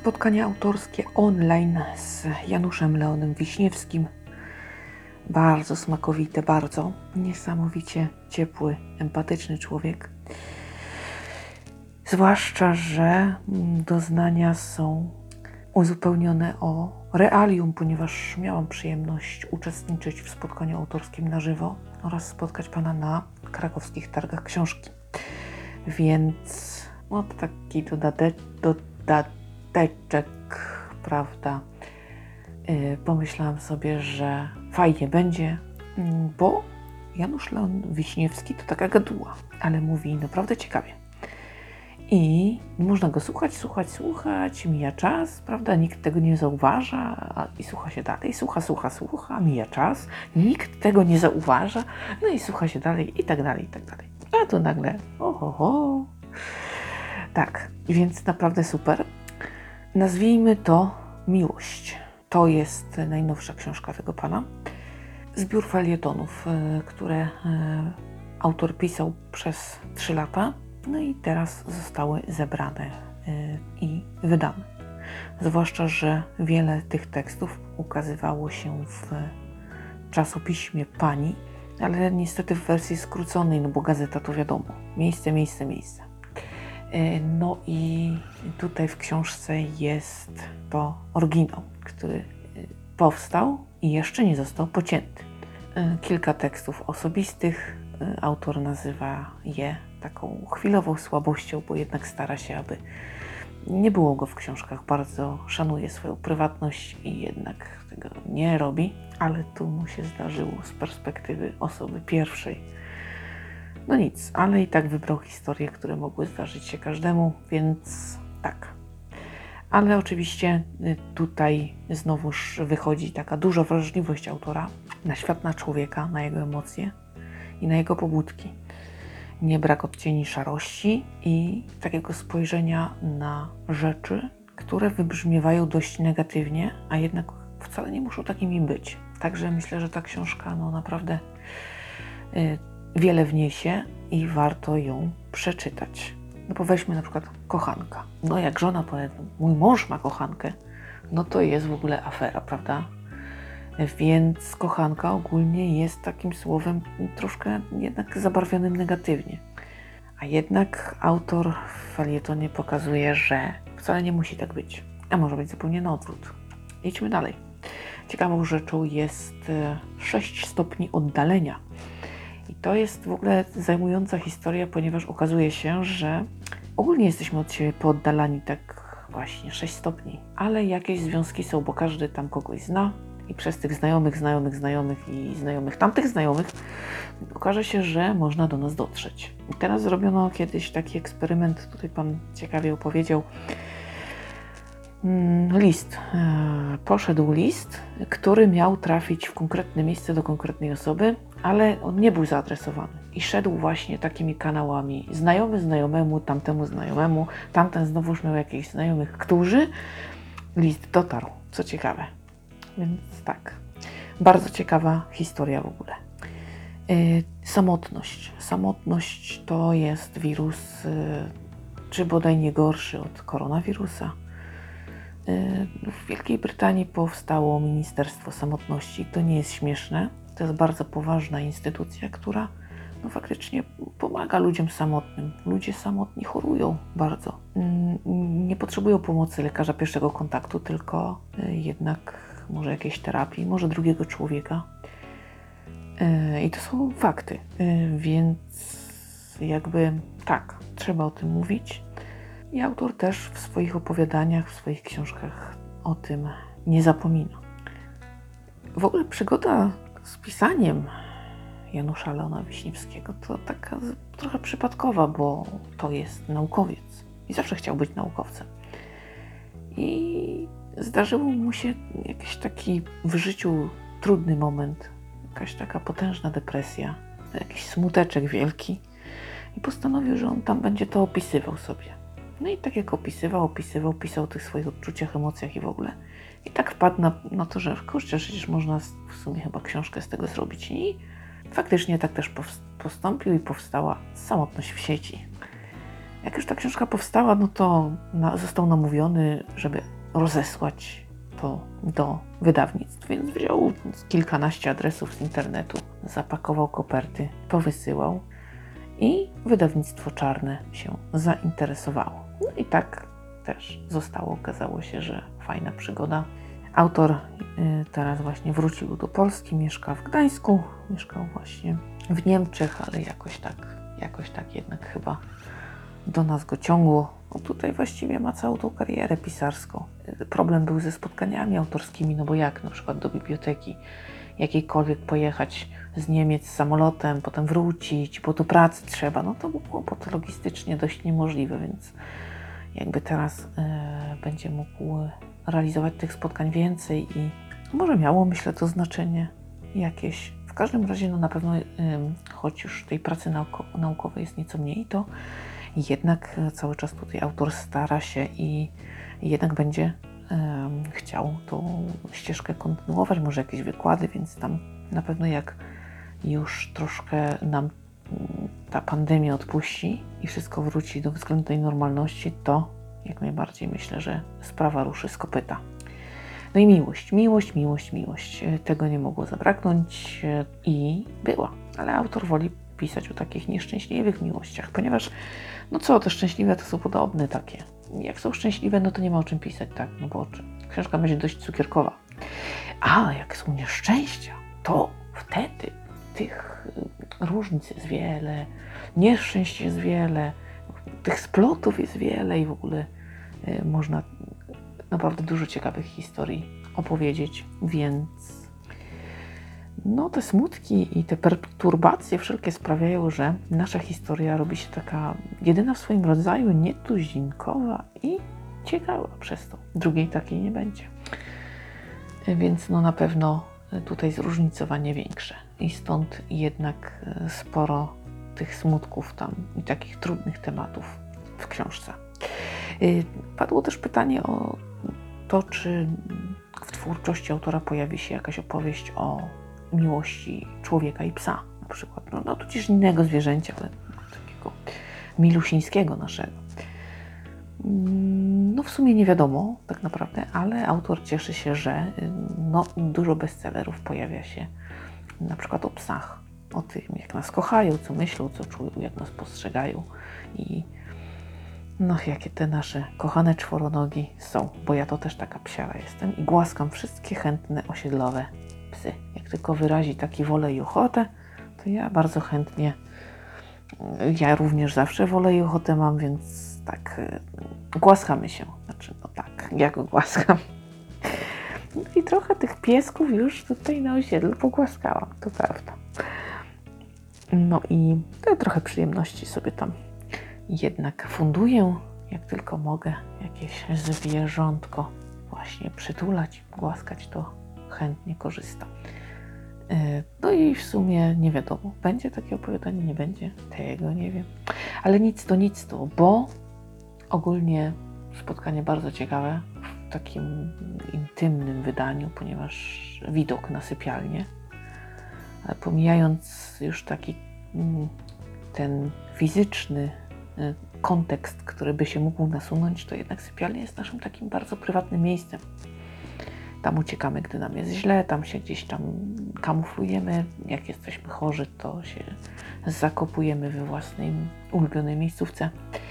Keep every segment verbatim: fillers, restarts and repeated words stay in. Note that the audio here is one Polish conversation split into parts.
spotkanie autorskie online z Januszem Leonem Wiśniewskim. Bardzo smakowite, bardzo niesamowicie ciepły, empatyczny człowiek. Zwłaszcza, że doznania są uzupełnione o realium, ponieważ miałam przyjemność uczestniczyć w spotkaniu autorskim na żywo oraz spotkać Pana na krakowskich targach książki. Więc no to taki dodatek, dodateczek, prawda? Yy, pomyślałam sobie, że fajnie będzie, yy, bo Janusz Leon Wiśniewski to taka gaduła, ale mówi naprawdę ciekawie. I można go słuchać, słuchać, słuchać, mija czas, prawda? Nikt tego nie zauważa a, i słucha się dalej, słucha, słucha, słucha, mija czas, nikt tego nie zauważa, no i słucha się dalej i tak dalej, i tak dalej. A tu nagle, oho, ho. Tak, więc naprawdę super. Nazwijmy to Miłość. To jest najnowsza książka tego pana. Zbiór felietonów, które autor pisał przez trzy lata. No i teraz zostały zebrane i wydane. Zwłaszcza, że wiele tych tekstów ukazywało się w czasopiśmie Pani, ale niestety w wersji skróconej, no bo gazeta to wiadomo, miejsce, miejsce, miejsce. No i tutaj w książce jest to oryginał, który powstał i jeszcze nie został pocięty. Kilka tekstów osobistych, autor nazywa je taką chwilową słabością, bo jednak stara się, aby nie było go w książkach, bardzo szanuje swoją prywatność i jednak tego nie robi, ale tu mu się zdarzyło z perspektywy osoby pierwszej. No nic, ale i tak wybrał historie, które mogły zdarzyć się każdemu, więc tak. Ale oczywiście tutaj znowuż wychodzi taka duża wrażliwość autora na świat, na człowieka, na jego emocje i na jego pobudki. Nie brak odcieni szarości i takiego spojrzenia na rzeczy, które wybrzmiewają dość negatywnie, a jednak wcale nie muszą takimi być. Także myślę, że ta książka no naprawdę y, wiele wniesie i warto ją przeczytać. No bo weźmy na przykład kochanka. No jak żona powie, mój mąż ma kochankę, no to jest w ogóle afera, prawda? Więc kochanka ogólnie jest takim słowem troszkę jednak zabarwionym negatywnie. A jednak autor w felietonie pokazuje, że wcale nie musi tak być. A może być zupełnie na odwrót. Idźmy dalej. Ciekawą rzeczą jest sześć stopni oddalenia. I to jest w ogóle zajmująca historia, ponieważ okazuje się, że ogólnie jesteśmy od siebie pooddalani tak właśnie sześć stopni. Ale jakieś związki są, bo każdy tam kogoś zna. I przez tych znajomych, znajomych, znajomych i znajomych tamtych znajomych okaże się, że można do nas dotrzeć. I teraz zrobiono kiedyś taki eksperyment, tutaj pan ciekawie opowiedział, list. Poszedł list, który miał trafić w konkretne miejsce do konkretnej osoby, ale on nie był zaadresowany. I szedł właśnie takimi kanałami. Znajomy znajomemu, tamtemu znajomemu, tamten znowuż miał jakichś znajomych, którzy list dotarł. Co ciekawe. Więc tak, bardzo ciekawa historia w ogóle. Yy, samotność. Samotność to jest wirus, yy, czy bodaj nie gorszy od koronawirusa. Yy, w Wielkiej Brytanii powstało Ministerstwo Samotności. To nie jest śmieszne. To jest bardzo poważna instytucja, która no, faktycznie pomaga ludziom samotnym. Ludzie samotni chorują bardzo. Yy, nie potrzebują pomocy lekarza pierwszego kontaktu, tylko yy, jednak może jakiejś terapii, może drugiego człowieka. Yy, I to są fakty. Yy, więc jakby tak, trzeba o tym mówić. I autor też w swoich opowiadaniach, w swoich książkach o tym nie zapomina. W ogóle przygoda z pisaniem Janusza Leona Wiśniewskiego to taka trochę przypadkowa, bo to jest naukowiec i zawsze chciał być naukowcem. I zdarzyło mu się jakiś taki w życiu trudny moment, jakaś taka potężna depresja, jakiś smuteczek wielki i postanowił, że on tam będzie to opisywał sobie. No i tak jak opisywał, opisywał, pisał o tych swoich odczuciach, emocjach i w ogóle. I tak wpadł na, na to, że kurczę, przecież można w sumie chyba książkę z tego zrobić. I faktycznie tak też postąpił i powstała Samotność w sieci. Jak już ta książka powstała, no to na, został namówiony, żeby rozesłać to do wydawnictw, więc wziął kilkanaście adresów z internetu, zapakował koperty, powysyłał i wydawnictwo Czarne się zainteresowało. No i tak też zostało. Okazało się, że fajna przygoda. Autor y, teraz właśnie wrócił do Polski, mieszka w Gdańsku, mieszkał właśnie w Niemczech, ale jakoś tak, jakoś tak jednak chyba do nas go ciągło. No tutaj właściwie ma całą tą karierę pisarską. Problem był ze spotkaniami autorskimi, no bo jak na przykład do biblioteki jakiejkolwiek pojechać z Niemiec samolotem, potem wrócić, bo do pracy trzeba, no to było kłopot logistycznie dość niemożliwe, więc jakby teraz e, będzie mógł realizować tych spotkań więcej i może miało, myślę, to znaczenie jakieś. W każdym razie, no na pewno, e, choć już tej pracy nauko- naukowej jest nieco mniej, to jednak cały czas tutaj autor stara się i jednak będzie e, chciał tą ścieżkę kontynuować, może jakieś wykłady, więc tam na pewno jak już troszkę nam ta pandemia odpuści i wszystko wróci do względnej normalności, to jak najbardziej myślę, że sprawa ruszy z kopyta. No i miłość, miłość, miłość, miłość. Tego nie mogło zabraknąć i była, ale autor woli pisać o takich nieszczęśliwych miłościach, ponieważ no co, te szczęśliwe to są podobne takie. Jak są szczęśliwe, no to nie ma o czym pisać, tak? No bo o czym? Książka będzie dość cukierkowa. A jak są nieszczęścia, to wtedy tych różnic jest wiele, nieszczęść jest wiele, tych splotów jest wiele i w ogóle y, można naprawdę dużo ciekawych historii opowiedzieć, więc no te smutki i te perturbacje wszelkie sprawiają, że nasza historia robi się taka jedyna w swoim rodzaju, nietuzinkowa i ciekawa przez to. Drugiej takiej nie będzie. Więc no na pewno tutaj zróżnicowanie większe i stąd jednak sporo tych smutków tam i takich trudnych tematów w książce. Padło też pytanie o to, czy w twórczości autora pojawi się jakaś opowieść o miłości człowieka i psa, na przykład. No, no tudzież innego zwierzęcia, ale takiego milusińskiego naszego. No w sumie nie wiadomo tak naprawdę, ale autor cieszy się, że no, dużo bestsellerów pojawia się na przykład o psach, o tym, jak nas kochają, co myślą, co czują, jak nas postrzegają i no jakie te nasze kochane czworonogi są, bo ja to też taka psiara jestem i głaskam wszystkie chętne osiedlowe psy. Jak tylko wyrazi taki wolę i ochotę, to ja bardzo chętnie, ja również zawsze wolę i ochotę mam, więc tak, głaskamy się, znaczy no tak, ja go głaskam. No i trochę tych piesków już tutaj na osiedlu pogłaskałam, to prawda. No i to trochę przyjemności sobie tam jednak funduję, jak tylko mogę jakieś zwierzątko właśnie przytulać, głaskać, to chętnie korzystam. No i w sumie nie wiadomo, będzie takie opowiadanie, nie będzie, tego nie wiem. Ale nic to nic to, bo ogólnie spotkanie bardzo ciekawe w takim intymnym wydaniu, ponieważ widok na sypialnię. Ale pomijając już taki ten fizyczny kontekst, który by się mógł nasunąć, to jednak sypialnia jest naszym takim bardzo prywatnym miejscem. Tam uciekamy, gdy nam jest źle, tam się gdzieś tam kamuflujemy. Jak jesteśmy chorzy, to się zakopujemy we własnej ulubionej miejscówce.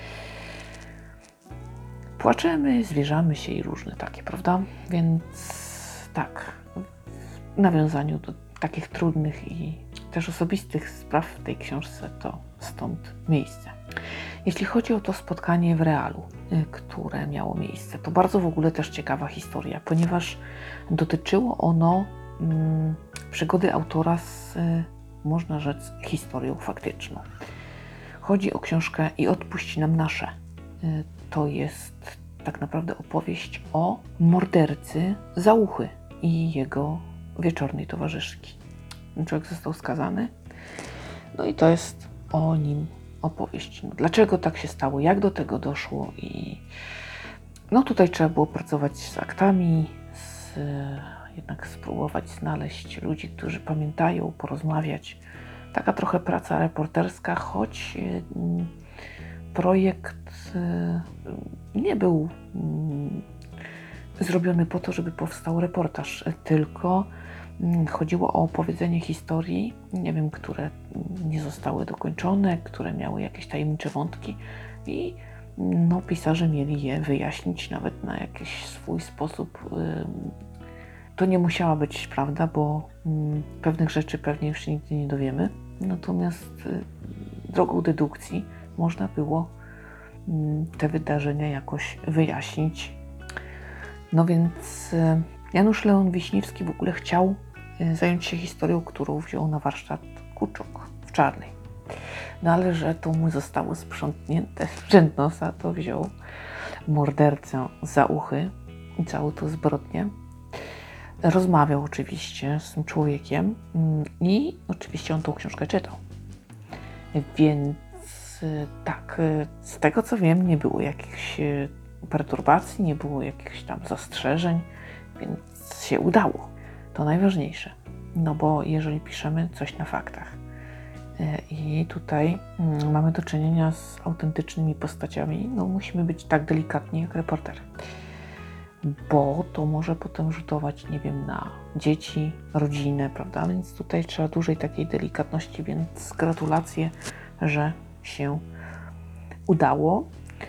Płaczemy, zwierzamy się i różne takie, prawda? Więc tak, w nawiązaniu do takich trudnych i też osobistych spraw w tej książce, to stąd miejsce. Jeśli chodzi o to spotkanie w realu, które miało miejsce, to bardzo w ogóle też ciekawa historia, ponieważ dotyczyło ono mm, przygody autora z, można rzec, historią faktyczną. Chodzi o książkę I odpuść nam nasze. To jest tak naprawdę opowieść o mordercy Załuchy i jego wieczornej towarzyszki. Człowiek został skazany, no i to jest o nim opowieść. No, dlaczego tak się stało, jak do tego doszło i no tutaj trzeba było pracować z aktami, z, jednak spróbować znaleźć ludzi, którzy pamiętają, porozmawiać. Taka trochę praca reporterska, choć y, projekt nie był zrobiony po to, żeby powstał reportaż, tylko chodziło o opowiedzenie historii, nie wiem, które nie zostały dokończone, które miały jakieś tajemnicze wątki i no, pisarze mieli je wyjaśnić nawet na jakiś swój sposób. To nie musiała być prawda, bo pewnych rzeczy pewnie już się nigdy nie dowiemy. Natomiast drogą dedukcji można było te wydarzenia jakoś wyjaśnić. No więc Janusz Leon Wiśniewski w ogóle chciał zająć się historią, którą wziął na warsztat Kuczuk w Czarnej. No ale że to mu zostało sprzątnięte przed nosa, to wziął mordercę za uchy i całą tą zbrodnię. Rozmawiał oczywiście z tym człowiekiem i oczywiście on tą książkę czytał. Więc tak, z tego co wiem, nie było jakichś perturbacji, nie było jakichś tam zastrzeżeń, więc się udało. To najważniejsze. No bo jeżeli piszemy coś na faktach i tutaj mamy do czynienia z autentycznymi postaciami, no musimy być tak delikatni jak reporter. Bo to może potem rzutować, nie wiem, na dzieci, rodzinę, prawda? Więc tutaj trzeba dużej takiej delikatności, więc gratulacje, że się udało.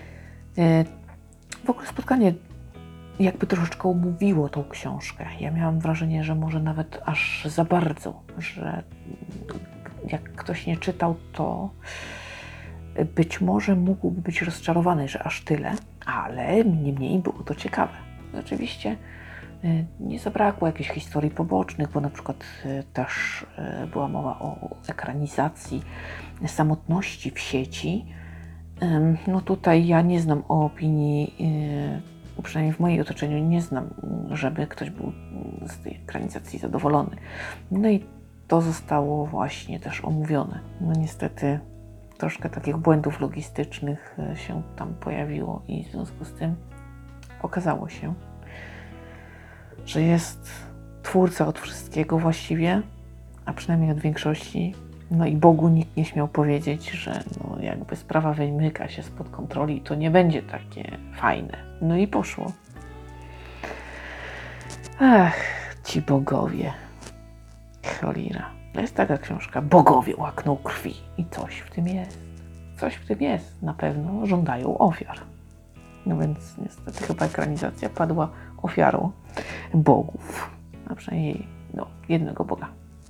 W ogóle spotkanie jakby troszeczkę omówiło tą książkę. Ja miałam wrażenie, że może nawet aż za bardzo, że jak ktoś nie czytał, to być może mógłby być rozczarowany, że aż tyle, ale niemniej było to ciekawe. Oczywiście nie zabrakło jakichś historii pobocznych, bo na przykład też była mowa o ekranizacji samotności w sieci. No tutaj ja nie znam o opinii, przynajmniej w moim otoczeniu nie znam, żeby ktoś był z tej ekranizacji zadowolony. No i to zostało właśnie też omówione. No niestety troszkę takich błędów logistycznych się tam pojawiło i w związku z tym okazało się, że jest twórca od wszystkiego właściwie, a przynajmniej od większości. No i Bogu nikt nie śmiał powiedzieć, że no jakby sprawa wymyka się spod kontroli, to nie będzie takie fajne. No i poszło. Ach, ci bogowie. Cholera. To jest taka książka. Bogowie łakną krwi. I coś w tym jest. Coś w tym jest. Na pewno żądają ofiar. No więc niestety chyba ekranizacja padła ofiarą bogów. A przynajmniej no, jednego Boga.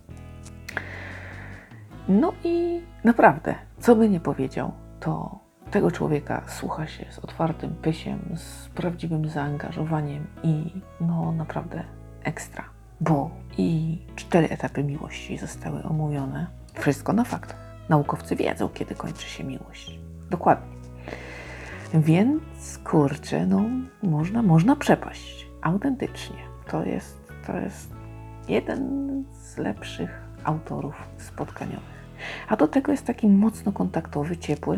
No i naprawdę, co by nie powiedział, to tego człowieka słucha się z otwartym pysiem, z prawdziwym zaangażowaniem i no naprawdę ekstra. Bo i cztery etapy miłości zostały omówione. Wszystko na faktach. Naukowcy wiedzą, kiedy kończy się miłość. Dokładnie. Więc kurczę, no można, można przepaść. Autentycznie. To jest, to jest jeden z lepszych autorów spotkaniowych. A do tego jest taki mocno kontaktowy, ciepły.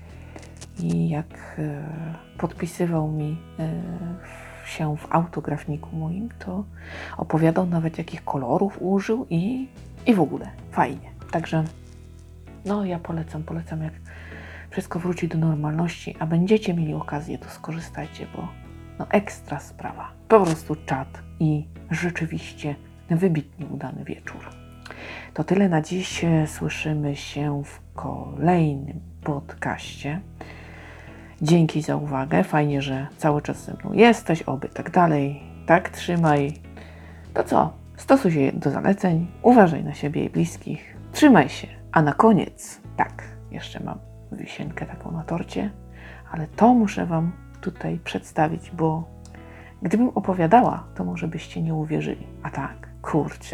I jak e, podpisywał mi e, się w autografniku moim, to opowiadał nawet jakich kolorów użył i, i w ogóle fajnie. Także no ja polecam, polecam jak wszystko wróci do normalności, a będziecie mieli okazję, to skorzystajcie, bo no ekstra sprawa. Po prostu czad i rzeczywiście wybitnie udany wieczór. To tyle na dziś. Słyszymy się w kolejnym podcaście. Dzięki za uwagę. Fajnie, że cały czas ze mną jesteś. Oby tak dalej. Tak trzymaj. To co? Stosuj się do zaleceń. Uważaj na siebie i bliskich. Trzymaj się. A na koniec, tak, jeszcze mam wisienkę taką na torcie, ale to muszę wam tutaj przedstawić, bo gdybym opowiadała, to może byście nie uwierzyli. A tak, kurczę.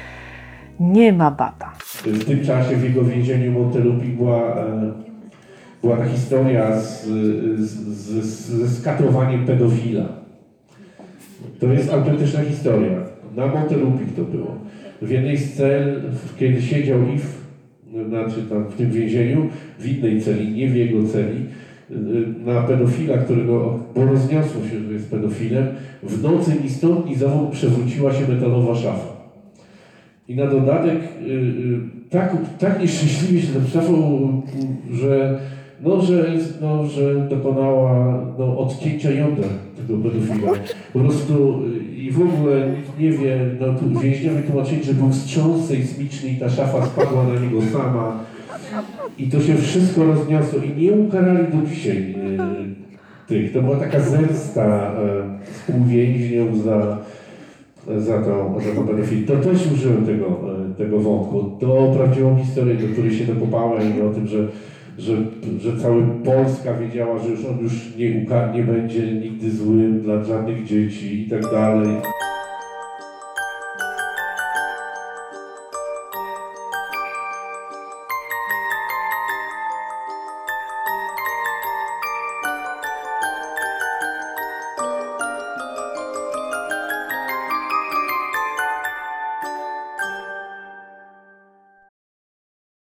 Nie ma bata. W tym czasie w jego więzieniu Montelupi była, była ta historia z, z, z, ze skatowaniem pedofila. To jest autentyczna historia. Na Montelupich to było. W jednej z cel, kiedy siedział Yves, znaczy tam w tym więzieniu, w innej celi, nie w jego celi, na pedofila, którego, bo rozniosło się, że jest pedofilem, w nocy ni stąd ni zowąd przewróciła się metalowa szafa. I na dodatek yy, tak, tak nieszczęśliwie się tam szafą, że no, że, no, że dokonała no, odcięcia jądra tego pedofila. Po prostu y, i w ogóle nikt nie wie, no tu więźniowie tłumaczyli, że był wstrząs sejsmiczny i ta szafa spadła na niego sama. I to się wszystko rozniosło i nie ukarali do dzisiaj y, tych. To była taka zemsta y, współwięźniów za, za tą, za tą pedofilię. To też użyłem tego, y, tego wątku. To prawdziwą historię, do której się dokopałem i o tym, że Że, że cała Polska wiedziała, że już on już nie, uka- nie będzie nigdy złym dla żadnych dzieci i tak dalej.